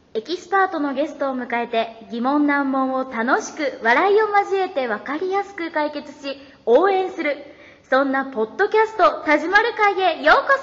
エキスパートのゲストを迎えて疑問難問を楽しく笑いを交えて分かりやすく解決し応援する、そんなポッドキャスト田島る会へようこ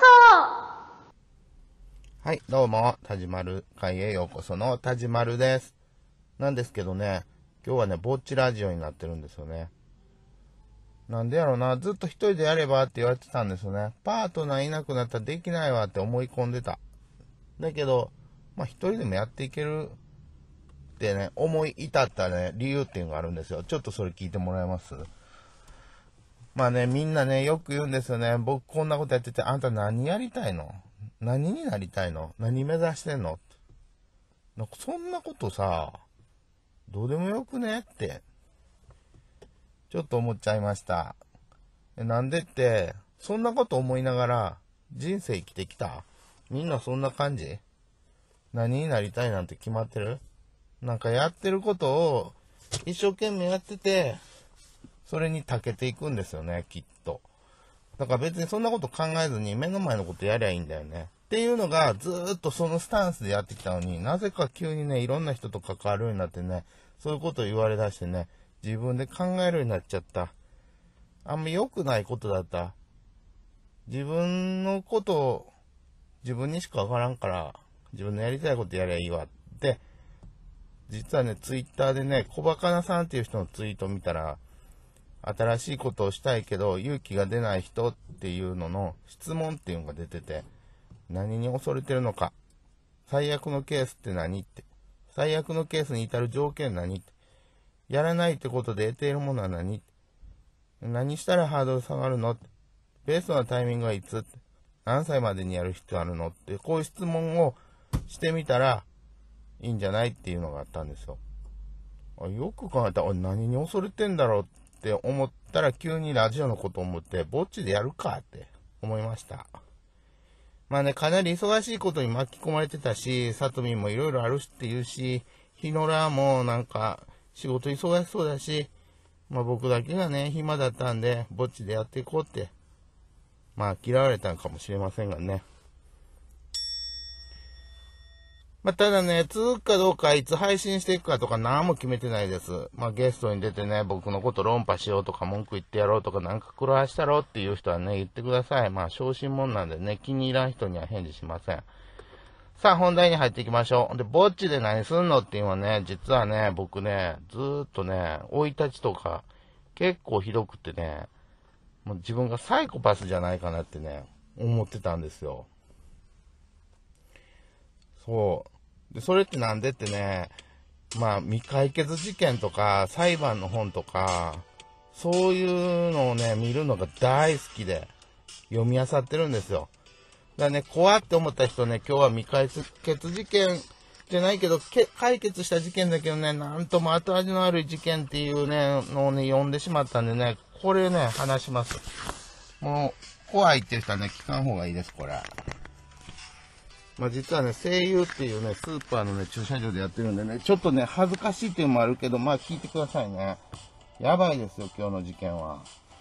そ。はい、どうも田島る会へようこその田島るです。なんですけどね、今日はねぼっちラジオになってるんですよね。なんでやろうな、ずっと一人でやればって言われてたんですよね。パートナーいなくなったらできないわって思い込んでた。だけど一人でもやっていけるってね、思い至ったね、理由っていうのがあるんですよ。ちょっとそれ聞いてもらえます？みんなね、よく言うんですよね。僕こんなことやってて、あんた何やりたいの？何になりたいの？何目指してんの？なんかそんなことさ、どうでもよくねって、ちょっと思っちゃいました。なんでって、そんなこと思いながら人生生きてきた？みんなそんな感じ？何になりたいなんて決まってる？なんかやってることを一生懸命やってて、それに長けていくんですよね、きっと。だから別にそんなこと考えずに目の前のことやりゃいいんだよね。っていうのがずーっとそのスタンスでやってきたのに、なぜか急にね、いろんな人と関わるようになってね、そういうことを言われだしてね、自分で考えるようになっちゃった。あんま良くないことだった。自分のことを自分にしかわからんから、自分のやりたいことやりゃいいわって、実はね、ツイッターでね、小バカなさんっていう人のツイートを見たら、新しいことをしたいけど勇気が出ない人っていうのの質問っていうのが出てて、何に恐れてるのか、最悪のケースって何って、最悪のケースに至る条件何って、やらないってことで得ているものは何って、何したらハードル下がるのって、ベストなタイミングはいつって、何歳までにやる必要あるのって、こういう質問をしてみたらいいんじゃないっていうのがあったんですよ。よく考えたら何に恐れてんだろうって思ったら、急にラジオのことを思って、ぼっちでやるかって思いました。かなり忙しいことに巻き込まれてたし、さとみもいろいろあるしって言うし、ひのらもなんか仕事忙しそうだし、僕だけがね、暇だったんで、ぼっちでやっていこうって。嫌われたのかもしれませんがね。ただね、続くかどうか、いつ配信していくかとか何も決めてないです。ゲストに出てね、僕のこと論破しようとか文句言ってやろうとかなんか狂わしたろっていう人はね、言ってください。小心者なんでね、気に入らん人には返事しません。さあ、本題に入っていきましょう。で、ぼっちで何すんのっていうのはね、実はね、僕ね、ずーっとね、生い立ちとか結構ひどくてね、もう自分がサイコパスじゃないかなってね、思ってたんですよ。そう。で、それってなんでってね、未解決事件とか、裁判の本とか、そういうのをね、見るのが大好きで、読み漁ってるんですよ。だからね、怖って思った人ね、今日は未解決事件じゃないけど、解決した事件だけどね、なんとも後味の悪い事件っていうね、のをね、読んでしまったんでね、これね、話します。もう、怖いっていう人はね、聞かん方がいいです、これ。実はね、声優っていうね、スーパーのね、駐車場でやってるんでね、ちょっとね、恥ずかしいっていうのもあるけど、聞いてくださいね。やばいですよ、今日の事件は。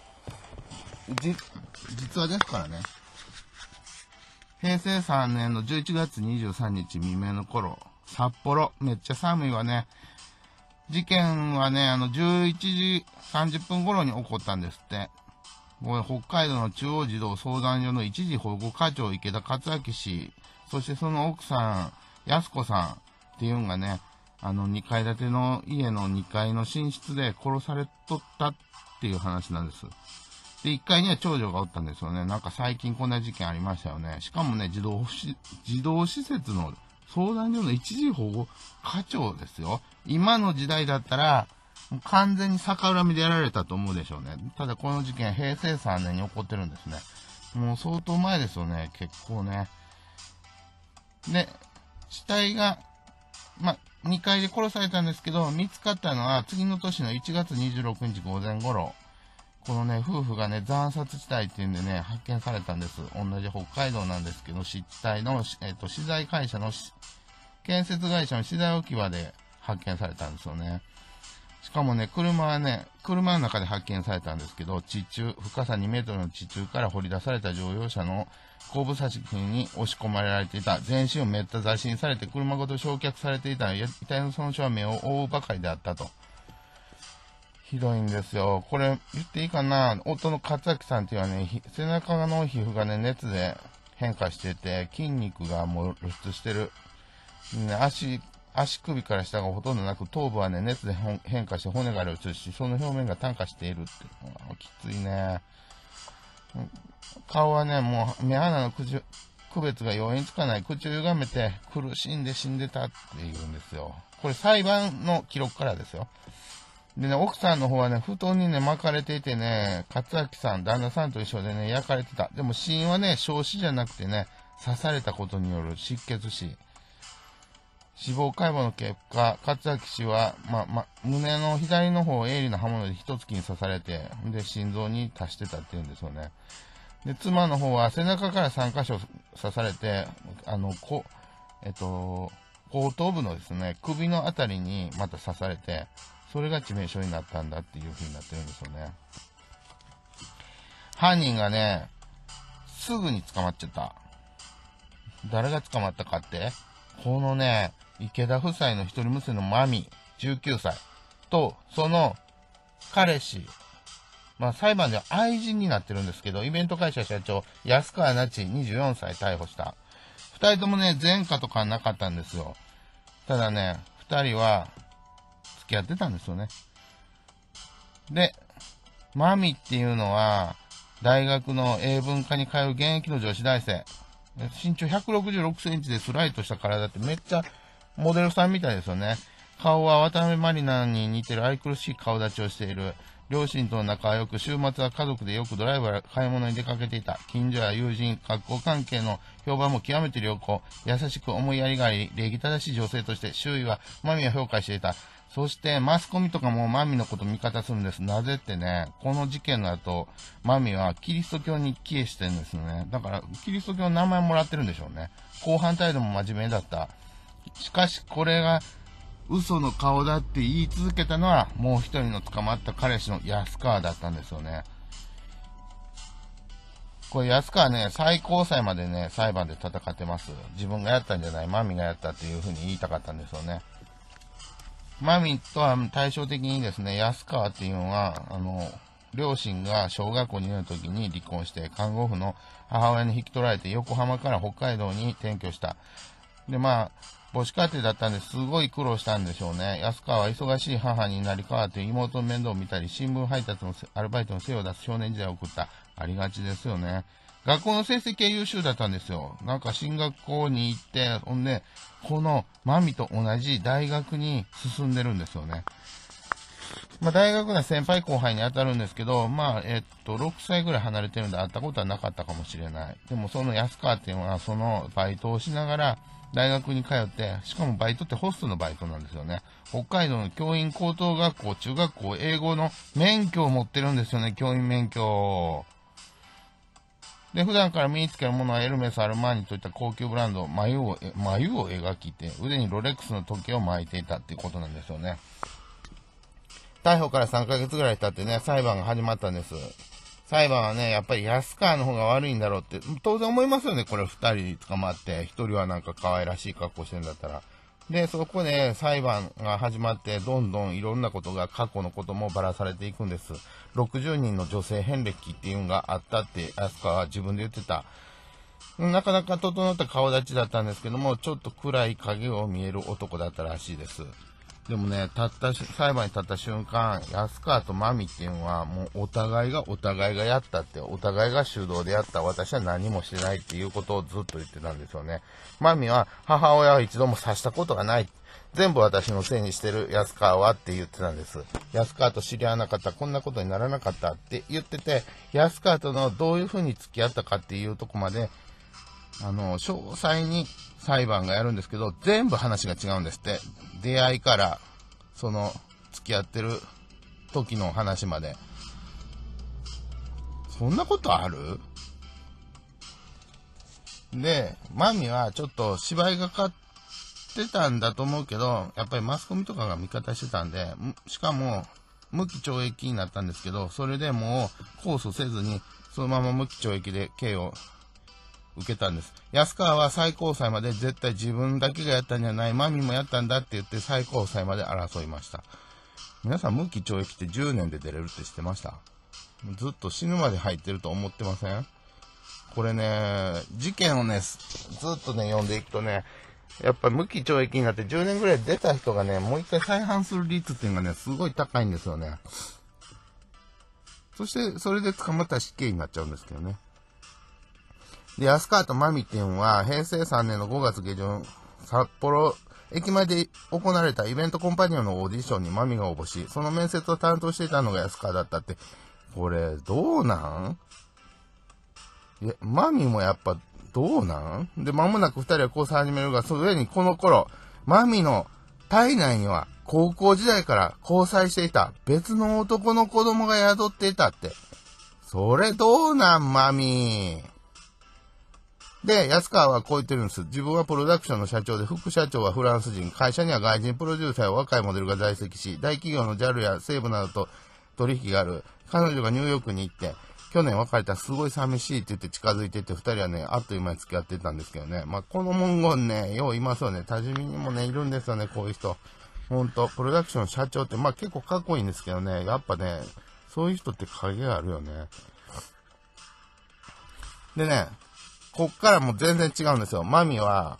実はですからね、平成3年の11月23日未明の頃、札幌、めっちゃ寒いわね。事件はね、11時30分頃に起こったんですって。北海道の中央児童相談所の一時保護課長池田克明氏、そしてその奥さん、安子さんっていうのがね、2階建ての家の2階の寝室で殺されとったっていう話なんです。で、1階には長女がおったんですよね。なんか最近こんな事件ありましたよね。しかもね、児童施設の相談所の一時保護課長ですよ。今の時代だったら、もう完全に逆恨みでやられたと思うでしょうね。ただこの事件、平成3年に起こってるんですね。もう相当前ですよね、結構ね。で、死体が、2階で殺されたんですけど、見つかったのは次の年の1月26日午前頃、このね、夫婦がね、惨殺地帯っていうんでね、発見されたんです。同じ北海道なんですけど、死体の、資材会社の、建設会社の資材置き場で発見されたんですよね。しかもね、車の中で発見されたんですけど、深さ2メートルの地中から掘り出された乗用車の後部座席に押し込まれられていた。全身をめった刺しにされて車ごと焼却されていた。遺体の損傷は目を覆うばかりであったと。ひどいんですよ。これ言っていいかな。夫の勝明さんっていうのはね、背中の皮膚がね、熱で変化してて、筋肉がもう露出してる。ね、足首から下がほとんどなく、頭部はね、熱で変化して骨が露出し、その表面が炭化しているって。きついね。顔はね、もう目鼻の区別が容易につかない。口を歪めて苦しんで死んでたって言うんですよ。これ裁判の記録からですよ。でね、奥さんの方はね、布団にね、巻かれていてね、勝明さん、旦那さんと一緒でね、焼かれてた。でも死因はね、焼死じゃなくてね、刺されたことによる失血死。死亡解剖の結果、勝明氏は、胸の左の方を鋭利な刃物で一突きに刺されて、で、心臓に達してたって言うんですよね。で、妻の方は背中から3箇所刺されて、後頭部のですね、首のあたりにまた刺されて、それが致命傷になったんだっていう風になってるんですよね。犯人がね、すぐに捕まっちゃった。誰が捕まったかって、このね、池田夫妻の一人娘のマミ、19歳と、その彼氏、裁判では愛人になってるんですけど、イベント会社社長、安川那智24歳逮捕した。二人ともね、前科とかなかったんですよ。ただね、二人は、付き合ってたんですよね。で、マミっていうのは、大学の英文科に通う現役の女子大生。身長166センチでスライとした体ってめっちゃモデルさんみたいですよね。顔は渡辺満里奈に似てる愛くるしい顔立ちをしている。両親との仲は良く、週末は家族でよくドライブや買い物に出かけていた。近所や友人、学校関係の評判も極めて良好。優しく思いやりがあり、礼儀正しい女性として周囲はマミを評価していた。そしてマスコミとかもマミのことを味方するんです。なぜってね、この事件の後、マミはキリスト教に帰依してるんですよね。だからキリスト教の名前もらってるんでしょうね。後半態度も真面目だった。しかしこれが嘘の顔だって言い続けたのは、もう一人の捕まった彼氏の安川だったんですよね。これ安川ね、最高裁までね、裁判で戦ってます。自分がやったんじゃない、マミがやったっていう風に言いたかったんですよね。マミとは対照的にですね、安川っていうのは、両親が小学校2年の時に離婚して、看護婦の母親に引き取られて、横浜から北海道に転居した。で、母子家庭だったんですごい苦労したんでしょうね。安川は忙しい母になり変わって妹の面倒を見たり、新聞配達のアルバイトの精を出す少年時代を送った。ありがちですよね。学校の成績は優秀だったんですよ。なんか進学校に行って、ほんで、このマミと同じ大学に進んでるんですよね。大学の先輩後輩に当たるんですけど、6歳ぐらい離れてるんで会ったことはなかったかもしれない。でもその安川っていうのは、そのバイトをしながら、大学に通って、しかもバイトってホストのバイトなんですよね。北海道の教員高等学校、中学校、英語の免許を持ってるんですよね、教員免許。で、普段から身につけるものはエルメス、アルマーニといった高級ブランド、眉を描きて、腕にロレックスの時計を巻いていたっていうことなんですよね。逮捕から3ヶ月ぐらい経ってね、裁判が始まったんです。裁判はね、やっぱり安川の方が悪いんだろうって、当然思いますよね、これ2人捕まって、1人はなんか可愛らしい格好してるんだったら。で、そこで裁判が始まって、どんどんいろんなことが、過去のこともばらされていくんです。60人の女性遍歴っていうのがあったって、安川は自分で言ってた。なかなか整った顔立ちだったんですけども、ちょっと暗い影を見える男だったらしいです。でもね、裁判に立った瞬間、安川とマミっていうのは、もうお互いがやったって、お互いが主導でやった、私は何もしてないっていうことをずっと言ってたんですよね。マミは、母親は一度も刺したことがない。全部私のせいにしてる安川はって言ってたんです。安川と知り合わなかった、こんなことにならなかったって言ってて、安川とのどういう風に付き合ったかっていうとこまで、詳細に裁判がやるんですけど、全部話が違うんですって。出会いから、付き合ってる時の話まで。そんなことある？で、マミはちょっと芝居がかってたんだと思うけど、やっぱりマスコミとかが味方してたんで、しかも、無期懲役になったんですけど、それでもう控訴せずに、そのまま無期懲役で刑を受けたんです。安川は最高裁まで絶対自分だけがやったんじゃない、マミもやったんだって言って最高裁まで争いました。皆さん無期懲役って10年で出れるって知ってました？ずっと死ぬまで入ってると思ってません？これね、事件をね、ずっとね、読んでいくとね、やっぱ無期懲役になって10年ぐらい出た人がね、もう一回再犯する率っていうのがね、すごい高いんですよね。そして、それで捕まったら死刑になっちゃうんですけどね。で、安川とマミっていうのは、平成3年の5月下旬、札幌駅前で行われたイベントコンパニオンのオーディションにマミが応募し、その面接を担当していたのが安川だったって、これ、どうなん？いや、マミもやっぱ、どうなんで、間もなく二人は交際始めるが、その上にこの頃、マミの体内には、高校時代から交際していた別の男の子供が宿っていたって。それどうなん、マミで、安川はこう言ってるんです。自分はプロダクションの社長で、副社長はフランス人、会社には外人プロデューサーや若いモデルが在籍し、大企業の JAL や西武などと取引がある。彼女がニューヨークに行って、去年別れたらすごい寂しいって言って近づいていって、二人はね、あっという間に付き合ってたんですけどね。まあ、この文言ね、よういますよね。多治見にもね、いるんですよね、こういう人。ほんと、プロダクションの社長って、まあ結構かっこいいんですけどね、やっぱね、そういう人って影があるよね。でね、こっからもう全然違うんですよ。マミは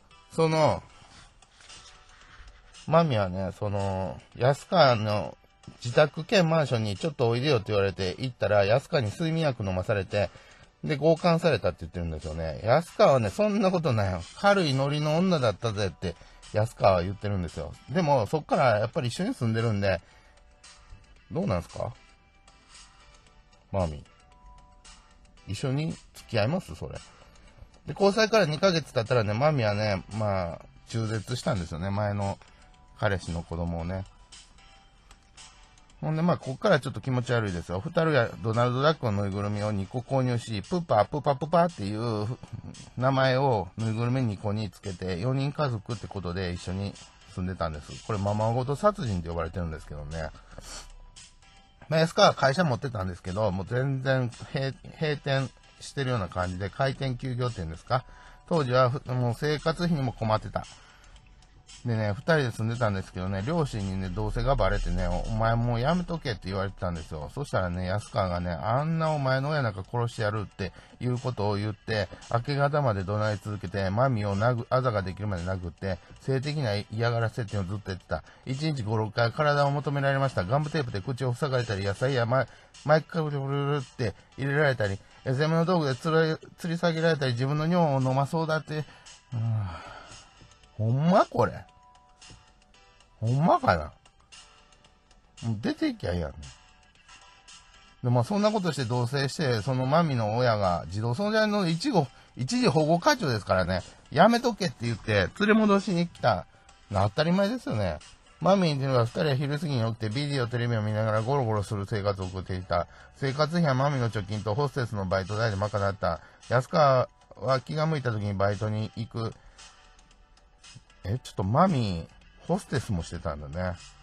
ね、安川の自宅兼マンションにちょっとおいでよって言われて行ったら、安川に睡眠薬飲まされて、で、強姦されたって言ってるんですよね。安川はね、そんなことないよ。軽いノリの女だったぜって、安川は言ってるんですよ。でも、そっからやっぱり一緒に住んでるんで、どうなんすか？マミ。一緒に付き合います？それ。で、交際から2ヶ月経ったらね、マミはね、まあ、中絶したんですよね。前の彼氏の子供をね。ほんで、まあ、こっからちょっと気持ち悪いですよ。二人はドナルド・ダックのぬいぐるみを2個購入し、プパっていう名前をぬいぐるみ2個につけて、4人家族ってことで一緒に住んでたんです。これ、ままごと殺人って呼ばれてるんですけどね。まあ、安川は会社持ってたんですけど、もう全然閉店してるような感じで、開店休業っていうんですか。当時はもう生活費にも困ってた。でね、二人で住んでたんですけどね、両親にね、同棲がバレてね、お前もうやめとけって言われてたんですよ。そしたらね、安川がね、あんなお前の親なんか殺してやるっていうことを言って、明け方まで怒鳴り続けて、マミをあざができるまで殴って、性的な嫌がらせっていうのをずっとやってた。1日5、6回体を求められました。ガムテープで口を塞がれたり、野菜やマイクカブルって入れられたり、攻めの道具で吊り下げられたり、自分の尿を飲まそうだって、ほんまこれ。ほんまかな？もう出ていきゃいいやんね。で、まあそんなことして同棲して、そのマミの親が児童相談所の一時保護課長ですからね、やめとけって言って連れ戻しに来た。当たり前ですよね。マミーっていうのが二人は昼過ぎに起きてビデオテレビを見ながらゴロゴロする生活を送っていた。生活費はマミの貯金とホステスのバイト代で賄った。安川は気が向いた時にバイトに行く。ちょっとマミー、ホステスもしてたんだ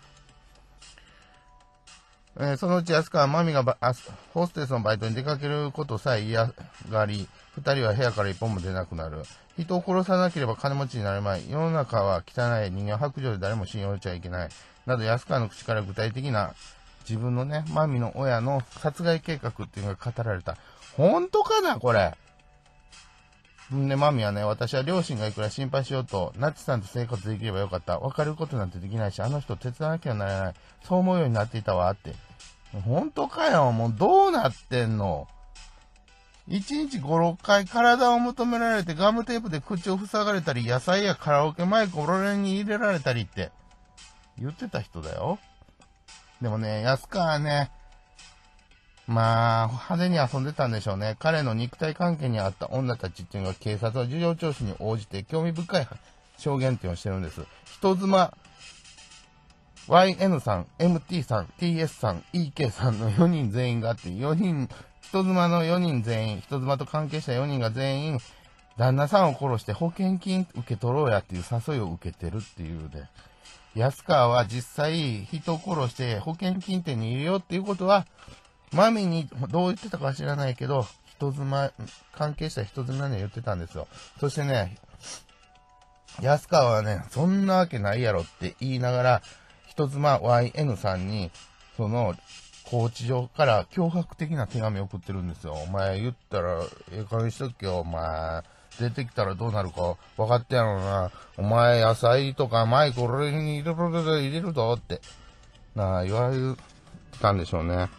ね。そのうち安川はマミがホステスのバイトに出かけることさえ嫌がり、二人は部屋から一本も出なくなる。人を殺さなければ金持ちになるまい。世の中は汚い人間白状で誰も信用しちゃいけない。など安川の口から具体的な自分のね、マミの親の殺害計画っていうのが語られた。本当かなこれ。で、マミはね、私は両親がいくら心配しようと、ナッチさんと生活できればよかった。別れることなんてできないし、あの人手伝わなきゃならない。そう思うようになっていたわ、って。本当かよ、もうどうなってんの？ 1 日5、6回体を求められてガムテープで口を塞がれたり、野菜やカラオケマイクをロレに入れられたりって言ってた人だよ。でもね、安川はね、まあ、派手に遊んでたんでしょうね。彼の肉体関係にあった女たちっていうのが警察は事情聴取に応じて興味深い証言っていうのをしてるんです。人妻、YN さん、MT さん、TS さん、EK さんの4人全員があって、人妻の4人全員、人妻と関係した4人が全員、旦那さんを殺して保険金受け取ろうやっていう誘いを受けてるっていうね。安川は実際人を殺して保険金手に入れようっていうことは、マミにどう言ってたかは知らないけど、 関係者人妻に言ってたんですよ。そしてね、安川はね、そんなわけないやろって言いながら、人妻 YN さんに、その、拘置所から脅迫的な手紙を送ってるんですよ。お前言ったら、加減しとけよ、お前。出てきたらどうなるか分かってやろうな。お前野菜とかマイク俺に入れるぞって。言われたんでしょうね。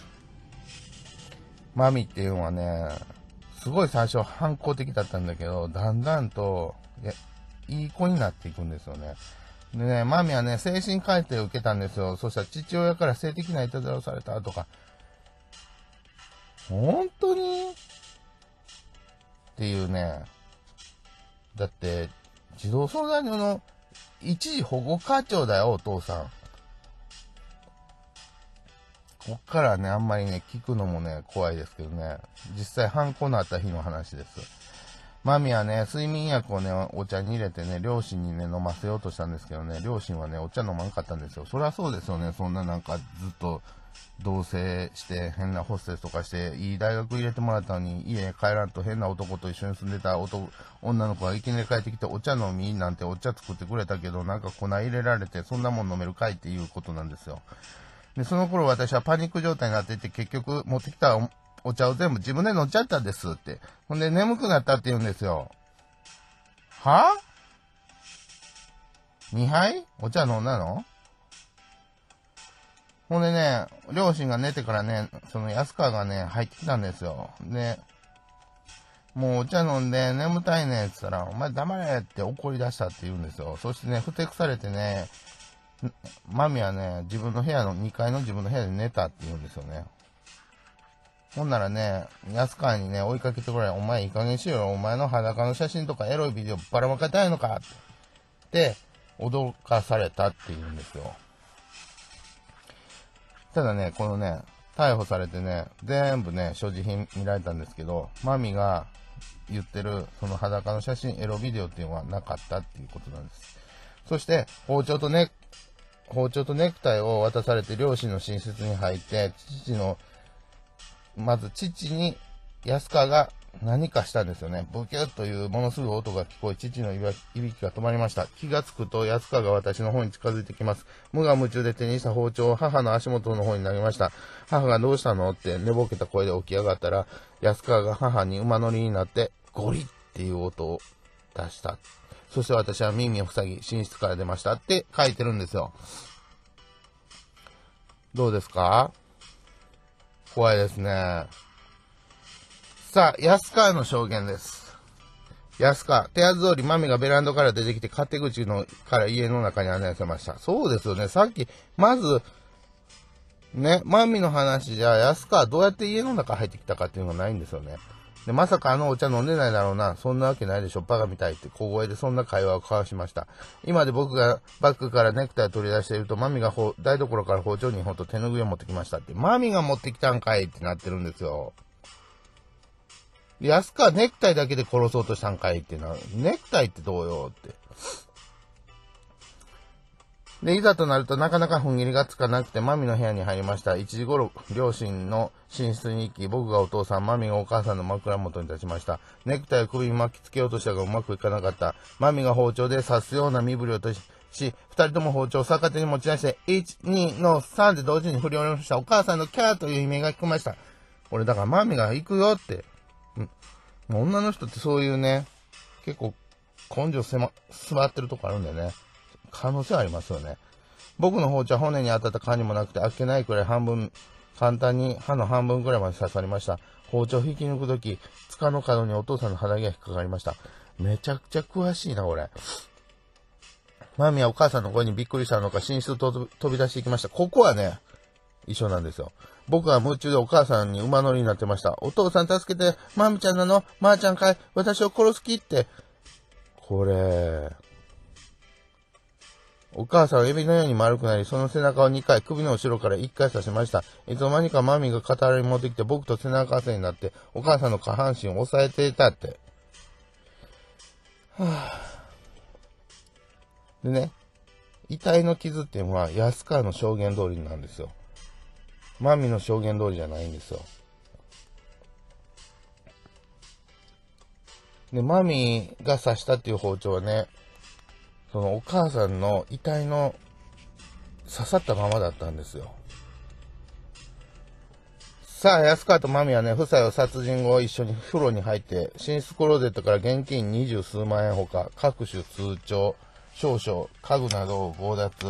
マミっていうのはね、すごい最初反抗的だったんだけど、だんだんと、いい子になっていくんですよね。でね、マミはね、精神鑑定を受けたんですよ。そしたら父親から性的ないたずらをされたとか。本当にっていうね。だって、児童相談所の一時保護課長だよ、お父さん。こっからね、あんまりね、聞くのもね、怖いですけどね。実際、犯行のあった日の話です。マミはね、睡眠薬をね、お茶に入れてね、両親にね、飲ませようとしたんですけどね、両親はね、お茶飲まんかったんですよ。そりゃそうですよね、そんななんかずっと同棲して変なホステスとかして、いい大学入れてもらったのに、家帰らんと変な男と一緒に住んでた女の子がいきなり帰ってきて、お茶飲みなんてお茶作ってくれたけど、なんか粉入れられて、そんなもん飲めるかいっていうことなんですよ。で、その頃私はパニック状態になっていて、結局持ってきたお茶を全部自分で飲んじゃったんですって。ほんで眠くなったって言うんですよ。はぁ ?2 杯お茶飲んだの？ほんでね、両親が寝てからね、その安川がね、入ってきたんですよ。で、もうお茶飲んで眠たいねって言ったら、お前黙れって怒り出したって言うんですよ。そしてね、ふてくされてね、マミはね、自分の部屋の、2階の自分の部屋で寝たって言うんですよね。ほんならね、安川にね、追いかけてこられ、お前いい加減しろよ。お前の裸の写真とかエロいビデオばらまかたいのかって、脅かされたって言うんですよ。ただね、このね、逮捕されてね、全部ね、所持品見られたんですけど、マミが言ってる、その裸の写真、エロビデオっていうのはなかったっていうことなんです。そして、包丁とネクタイを渡されて両親の寝室に入って、まず父に安川が何かしたんですよね。ブキュッというものすごい音が聞こえ、父のいびきが止まりました。気がつくと安川が私の方に近づいてきます。無我夢中で手にした包丁を母の足元の方に投げました。母がどうしたのって寝ぼけた声で起き上がったら、安川が母に馬乗りになってゴリッっていう音を出した。そして私は耳を塞ぎ、寝室から出ましたって書いてるんですよ。どうですか？怖いですね。さあ、安川の証言です。安川、手厚通りマミがベランダから出てきて勝手口から家の中に案内されました。そうですよね。さっき、まず、ね、マミの話じゃ安川どうやって家の中入ってきたかっていうのがないんですよね。で、まさかあのお茶飲んでないだろうな。そんなわけないでしょ。バカみたいって小声でそんな会話を交わしました。今で僕がバッグからネクタイを取り出していると、マミが台所から包丁2本と手拭いを持ってきましたって。マミが持ってきたんかいってなってるんですよ。安川ネクタイだけで殺そうとしたんかいってな。ネクタイってどうよって。で、いざとなるとなかなか踏ん切りがつかなくて、マミの部屋に入りました。1時頃、両親の寝室に行き、僕がお父さん、マミがお母さんの枕元に立ちました。ネクタイを首に巻きつけようとしたがうまくいかなかった。マミが包丁で刺すような身振りをし、二人とも包丁を逆手に持ち出して、1、2の3で同時に振り下ろしました。お母さんのキャーという悲鳴が聞こえました。俺だからマミが行くよって。女の人ってそういうね、結構根性座ってるとこあるんだよね。可能性ありますよね。僕の包丁は骨に当たった感じもなくて、あっけないくらい簡単に刃の半分くらいまで刺さりました。包丁を引き抜くとき、塚の角にお父さんの肌着が引っかかりました。めちゃくちゃ詳しいな、これ。マミはお母さんの声にびっくりしたのか、寝室と飛び出していきました。ここはね、一緒なんですよ。僕は夢中でお母さんに馬乗りになってました。お父さん助けて、マミちゃんなの？まーちゃんかい？私を殺す気って。これ、お母さんはエビのように丸くなり、その背中を2回、首の後ろから1回刺しました。いつの間にかマミが肩に持ってきて、僕と背中合わせになって、お母さんの下半身を押さえていたって。でね、遺体の傷っていうのは安川の証言通りなんですよ。マミの証言通りじゃないんですよ。 で、マミーが刺したっていう包丁はね、そのお母さんの遺体の刺さったままだったんですよ。さあ、安川とマミはね、夫妻は殺人後一緒に風呂に入って、寝室クローゼットから現金20数万円ほか、各種通帳、証書、家具などを強奪。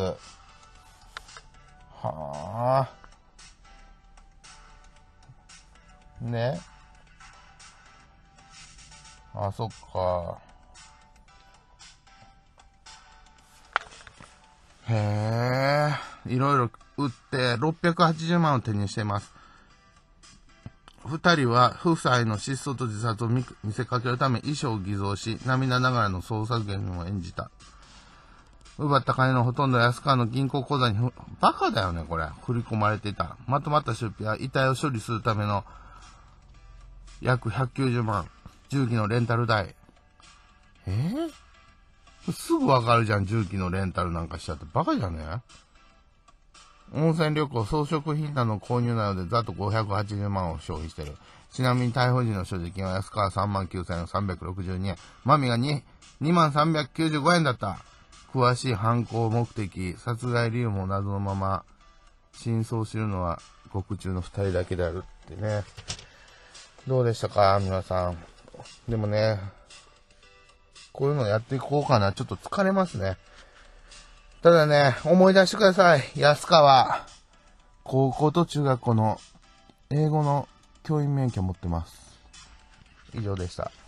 はあ。ね。あ、そっか。へえ。いろいろ売って680万を手にしています。二人は夫妻の失踪と自殺を見せかけるため遺書を偽造し、涙ながらの捜査員を演じた。奪った金のほとんど安川の銀行口座にバカだよね、これ。振り込まれていた。まとまった出費は遺体を処理するための約190万。重機のレンタル代。すぐわかるじゃん、重機のレンタルなんかしちゃって。バカじゃね温泉旅行、装飾品などの購入などでざっと580万を消費してる。ちなみに逮捕時の所持金は安川39,362円。マミが23,95円だった。詳しい犯行目的、殺害理由も謎のまま、真相を知るのは獄中の2人だけであるってね。どうでしたか皆さん。でもね、こういうのやっていこうかな。ちょっと疲れますね。ただね、思い出してください。安川。高校と中学校の英語の教員免許持ってます。以上でした。